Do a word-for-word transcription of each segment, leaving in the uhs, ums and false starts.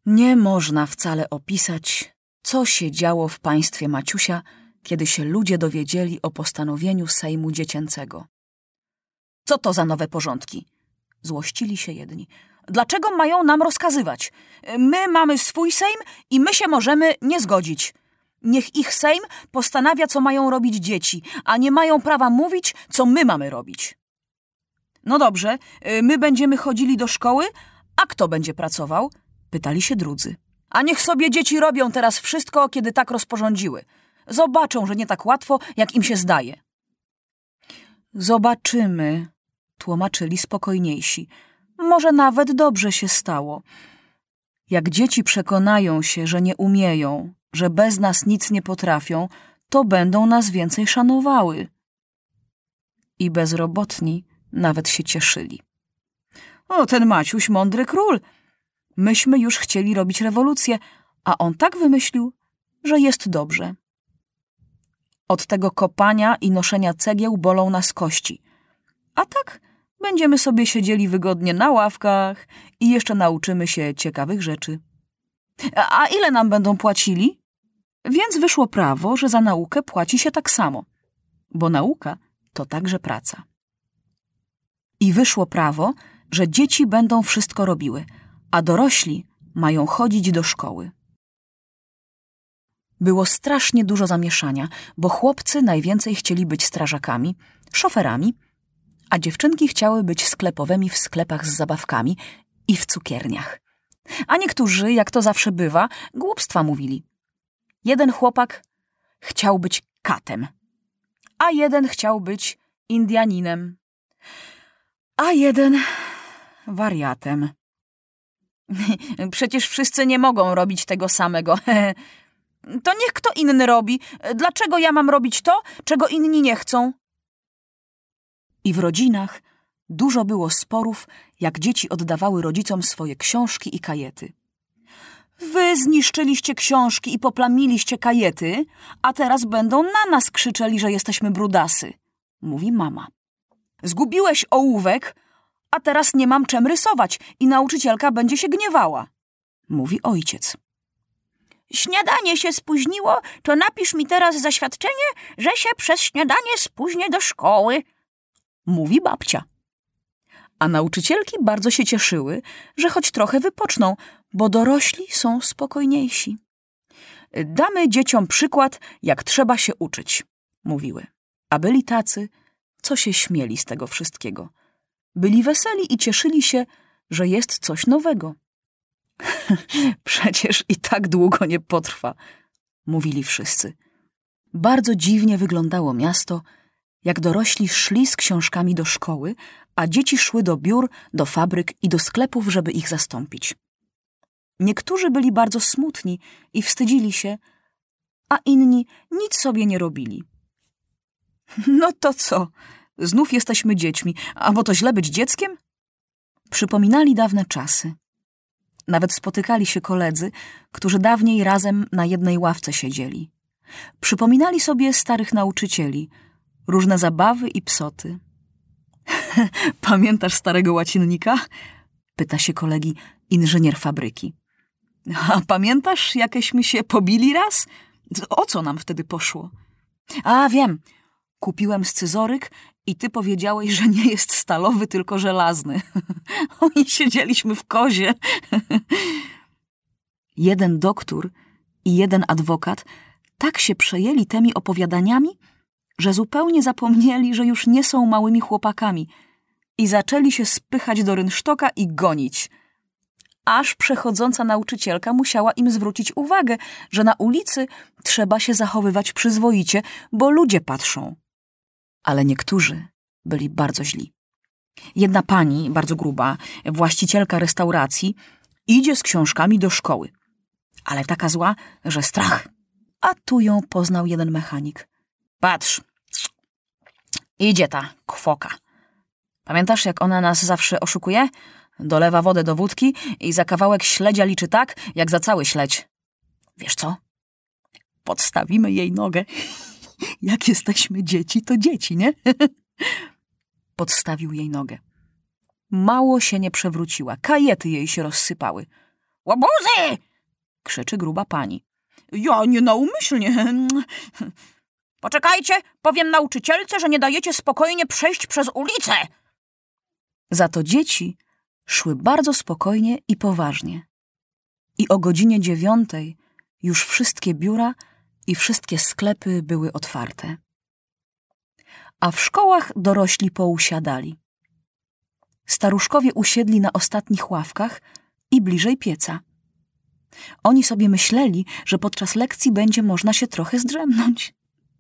Nie można wcale opisać, co się działo w państwie Maciusia, kiedy się ludzie dowiedzieli o postanowieniu Sejmu Dziecięcego. Co to za nowe porządki? Złościli się jedni. Dlaczego mają nam rozkazywać? My mamy swój Sejm i my się możemy nie zgodzić. Niech ich Sejm postanawia, co mają robić dzieci, a nie mają prawa mówić, co my mamy robić. No dobrze, my będziemy chodzili do szkoły, a kto będzie pracował? Pytali się drudzy. A niech sobie dzieci robią teraz wszystko, kiedy tak rozporządziły. Zobaczą, że nie tak łatwo, jak im się zdaje. Zobaczymy, tłumaczyli spokojniejsi. Może nawet dobrze się stało. Jak dzieci przekonają się, że nie umieją, że bez nas nic nie potrafią, to będą nas więcej szanowały. I bezrobotni nawet się cieszyli. O, ten Maciuś, mądry król. Myśmy już chcieli robić rewolucję, a on tak wymyślił, że jest dobrze. Od tego kopania i noszenia cegieł bolą nas kości. A tak będziemy sobie siedzieli wygodnie na ławkach i jeszcze nauczymy się ciekawych rzeczy. A ile nam będą płacili? Więc wyszło prawo, że za naukę płaci się tak samo, bo nauka to także praca. I wyszło prawo, że dzieci będą wszystko robiły, a dorośli mają chodzić do szkoły. Było strasznie dużo zamieszania, bo chłopcy najwięcej chcieli być strażakami, szoferami, a dziewczynki chciały być sklepowymi w sklepach z zabawkami i w cukierniach. A niektórzy, jak to zawsze bywa, głupstwa mówili. Jeden chłopak chciał być katem, a jeden chciał być Indianinem, a jeden wariatem. Przecież wszyscy nie mogą robić tego samego. To niech kto inny robi. Dlaczego ja mam robić to, czego inni nie chcą? I w rodzinach dużo było sporów, jak dzieci oddawały rodzicom swoje książki i kajety. Wy zniszczyliście książki i poplamiliście kajety, a teraz będą na nas krzyczeli, że jesteśmy brudasy, mówi mama. Zgubiłeś ołówek, a teraz nie mam czym rysować i nauczycielka będzie się gniewała, mówi ojciec. Śniadanie się spóźniło, to napisz mi teraz zaświadczenie, że się przez śniadanie spóźnię do szkoły, mówi babcia. A nauczycielki bardzo się cieszyły, że choć trochę wypoczną, bo dorośli są spokojniejsi. Damy dzieciom przykład, jak trzeba się uczyć, mówiły. A byli tacy, co się śmieli z tego wszystkiego. Byli weseli i cieszyli się, że jest coś nowego. Przecież i tak długo nie potrwa, mówili wszyscy. Bardzo dziwnie wyglądało miasto, jak dorośli szli z książkami do szkoły, a dzieci szły do biur, do fabryk i do sklepów, żeby ich zastąpić. Niektórzy byli bardzo smutni i wstydzili się, a inni nic sobie nie robili. No to co? Znów jesteśmy dziećmi, a bo to źle być dzieckiem? Przypominali dawne czasy. Nawet spotykali się koledzy, którzy dawniej razem na jednej ławce siedzieli. Przypominali sobie starych nauczycieli, różne zabawy i psoty. Pamiętasz starego łacinnika? Pyta się kolegi inżynier fabryki. A pamiętasz, jakeśmy się pobili raz? O co nam wtedy poszło? A wiem, kupiłem scyzoryk i ty powiedziałeś, że nie jest stalowy, tylko żelazny. I siedzieliśmy w kozie. Jeden doktor i jeden adwokat tak się przejęli tymi opowiadaniami, że zupełnie zapomnieli, że już nie są małymi chłopakami i zaczęli się spychać do rynsztoka i gonić. Aż przechodząca nauczycielka musiała im zwrócić uwagę, że na ulicy trzeba się zachowywać przyzwoicie, bo ludzie patrzą. Ale niektórzy byli bardzo źli. Jedna pani, bardzo gruba, właścicielka restauracji, idzie z książkami do szkoły. Ale taka zła, że strach. A tu ją poznał jeden mechanik. Patrz, idzie ta kwoka. Pamiętasz, jak ona nas zawsze oszukuje? Dolewa wodę do wódki i za kawałek śledzia liczy tak, jak za cały śledź. Wiesz co? Podstawimy jej nogę. Jak jesteśmy dzieci, to dzieci, nie? Podstawił jej nogę. Mało się nie przewróciła. Kajety jej się rozsypały. Łobuzy! Krzyczy gruba pani. Ja nie naumyślnie. Poczekajcie, powiem nauczycielce, że nie dajecie spokojnie przejść przez ulicę. Za to dzieci szły bardzo spokojnie i poważnie. I o godzinie dziewiątej już wszystkie biura i wszystkie sklepy były otwarte. A w szkołach dorośli pousiadali. Staruszkowie usiedli na ostatnich ławkach i bliżej pieca. Oni sobie myśleli, że podczas lekcji będzie można się trochę zdrzemnąć.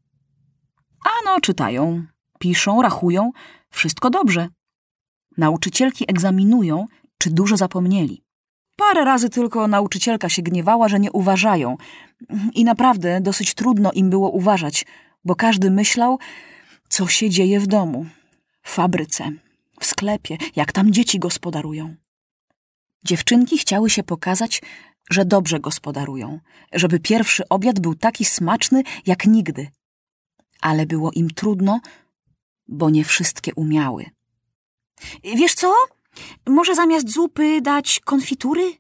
Ano, czytają, piszą, rachują, wszystko dobrze. Nauczycielki egzaminują, czy dużo zapomnieli. Parę razy tylko nauczycielka się gniewała, że nie uważają. I naprawdę dosyć trudno im było uważać, bo każdy myślał, co się dzieje w domu, w fabryce, w sklepie, jak tam dzieci gospodarują. Dziewczynki chciały się pokazać, że dobrze gospodarują, żeby pierwszy obiad był taki smaczny jak nigdy. Ale było im trudno, bo nie wszystkie umiały. Wiesz co? Może zamiast zupy dać konfitury?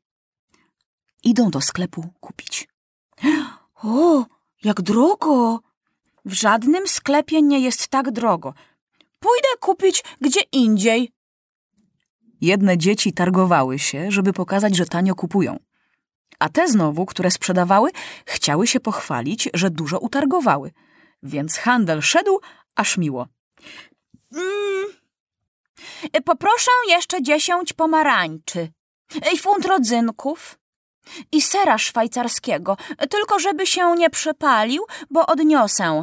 Idą do sklepu kupić. O, jak drogo! W żadnym sklepie nie jest tak drogo. Pójdę kupić gdzie indziej. Jedne dzieci targowały się, żeby pokazać, że tanio kupują. A te znowu, które sprzedawały, chciały się pochwalić, że dużo utargowały. Więc handel szedł, aż miło. Mm. Poproszę jeszcze dziesięć pomarańczy i funt rodzynków i sera szwajcarskiego, tylko żeby się nie przypalił, bo odniosę.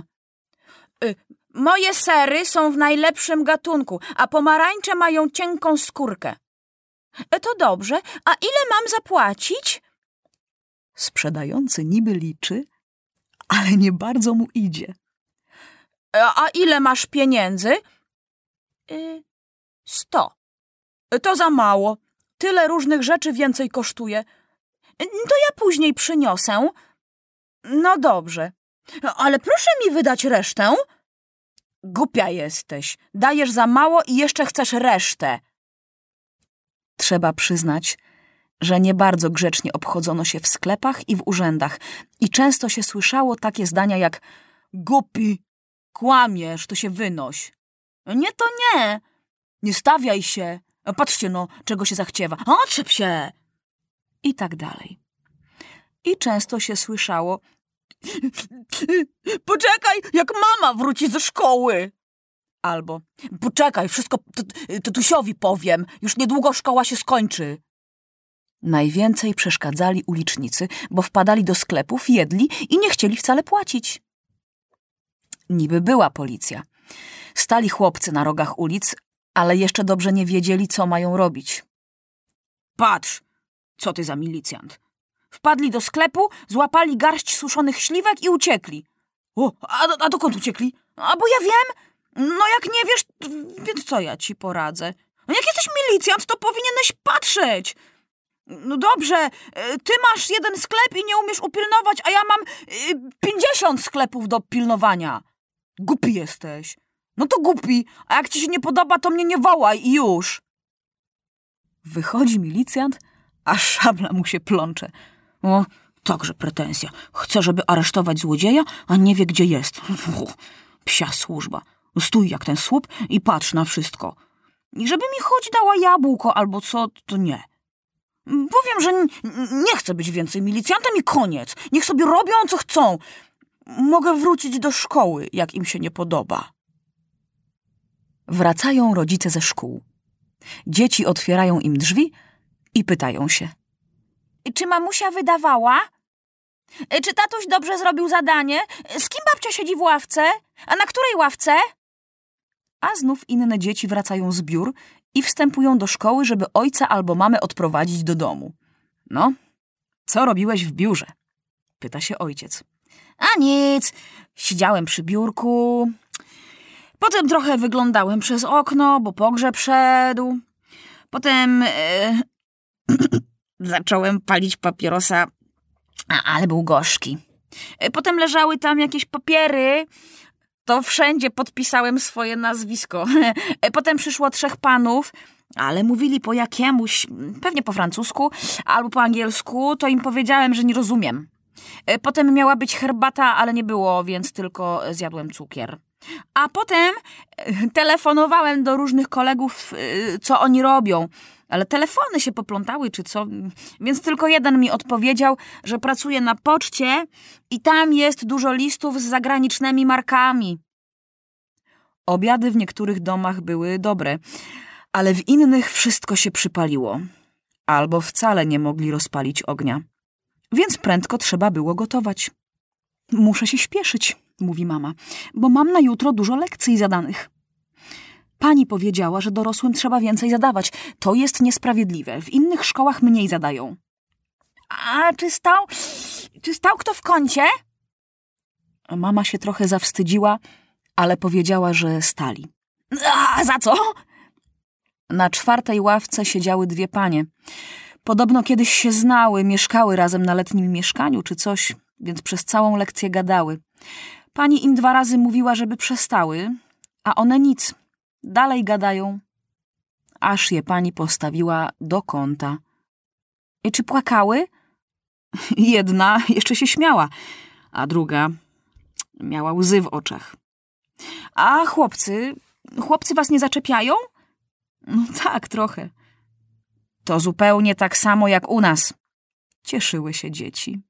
Moje sery są w najlepszym gatunku, a pomarańcze mają cienką skórkę. To dobrze, a ile mam zapłacić? Sprzedający niby liczy, ale nie bardzo mu idzie. A ile masz pieniędzy? Y, sto. To za mało. Tyle różnych rzeczy więcej kosztuje. To ja później przyniosę. No dobrze. Ale proszę mi wydać resztę. Głupia jesteś. Dajesz za mało i jeszcze chcesz resztę. Trzeba przyznać, że nie bardzo grzecznie obchodzono się w sklepach i w urzędach i często się słyszało takie zdania jak głupi, kłamiesz, to się wynoś. Nie, to nie. Nie stawiaj się. Patrzcie no, czego się zachciewa. Otrzep się. I tak dalej. I często się słyszało poczekaj, jak mama wróci ze szkoły. Albo poczekaj, wszystko tatusiowi powiem. Już niedługo szkoła się skończy. Najwięcej przeszkadzali ulicznicy, bo wpadali do sklepów, jedli i nie chcieli wcale płacić. Niby była policja. Stali chłopcy na rogach ulic, ale jeszcze dobrze nie wiedzieli, co mają robić. Patrz, co ty za milicjant. Wpadli do sklepu, złapali garść suszonych śliwek i uciekli. O, a, a dokąd uciekli? A bo ja wiem. No jak nie wiesz, więc co ja ci poradzę? No jak jesteś milicjant, to powinieneś patrzeć. No dobrze, ty masz jeden sklep i nie umiesz upilnować, a ja mam pięćdziesiąt sklepów do pilnowania. Głupi jesteś. No to głupi, a jak ci się nie podoba, to mnie nie wołaj i już. Wychodzi milicjant, a szabla mu się plącze. O, także pretensja. Chce, żeby aresztować złodzieja, a nie wie, gdzie jest. Uf, psia służba. Stój jak ten słup i patrz na wszystko. I żeby mi choć dała jabłko albo co, to nie. Powiem, że n- nie chcę być więcej milicjantem i koniec. Niech sobie robią, co chcą. Mogę wrócić do szkoły, jak im się nie podoba. Wracają rodzice ze szkół. Dzieci otwierają im drzwi i pytają się. Czy mamusia wydawała? Czy tatuś dobrze zrobił zadanie? Z kim babcia siedzi w ławce? A na której ławce? A znów inne dzieci wracają z biur i wstępują do szkoły, żeby ojca albo mamę odprowadzić do domu. No, co robiłeś w biurze? Pyta się ojciec. A nic, siedziałem przy biurku. Potem trochę wyglądałem przez okno, bo pogrzeb szedł. Potem e, zacząłem palić papierosa, a, ale był gorzki. Potem leżały tam jakieś papiery, to wszędzie podpisałem swoje nazwisko. Potem przyszło trzech panów, ale mówili po jakiemuś, pewnie po francusku albo po angielsku, to im powiedziałem, że nie rozumiem. Potem miała być herbata, ale nie było, więc tylko zjadłem cukier. A potem telefonowałem do różnych kolegów, co oni robią. Ale telefony się poplątały, czy co? Więc tylko jeden mi odpowiedział, że pracuje na poczcie i tam jest dużo listów z zagranicznymi markami. Obiady w niektórych domach były dobre, ale w innych wszystko się przypaliło. Albo wcale nie mogli rozpalić ognia. Więc prędko trzeba było gotować. Muszę się śpieszyć, mówi mama, bo mam na jutro dużo lekcji zadanych. Pani powiedziała, że dorosłym trzeba więcej zadawać. To jest niesprawiedliwe. W innych szkołach mniej zadają. A czy stał, czy stał kto w kącie? Mama się trochę zawstydziła, ale powiedziała, że stali. A za co? Na czwartej ławce siedziały dwie panie. Podobno kiedyś się znały, mieszkały razem na letnim mieszkaniu czy coś, więc przez całą lekcję gadały. Pani im dwa razy mówiła, żeby przestały, a one nic. Dalej gadają. Aż je pani postawiła do kąta. I czy płakały? Jedna jeszcze się śmiała, a druga miała łzy w oczach. A chłopcy, chłopcy was nie zaczepiają? No tak, trochę. To zupełnie tak samo jak u nas. Cieszyły się dzieci.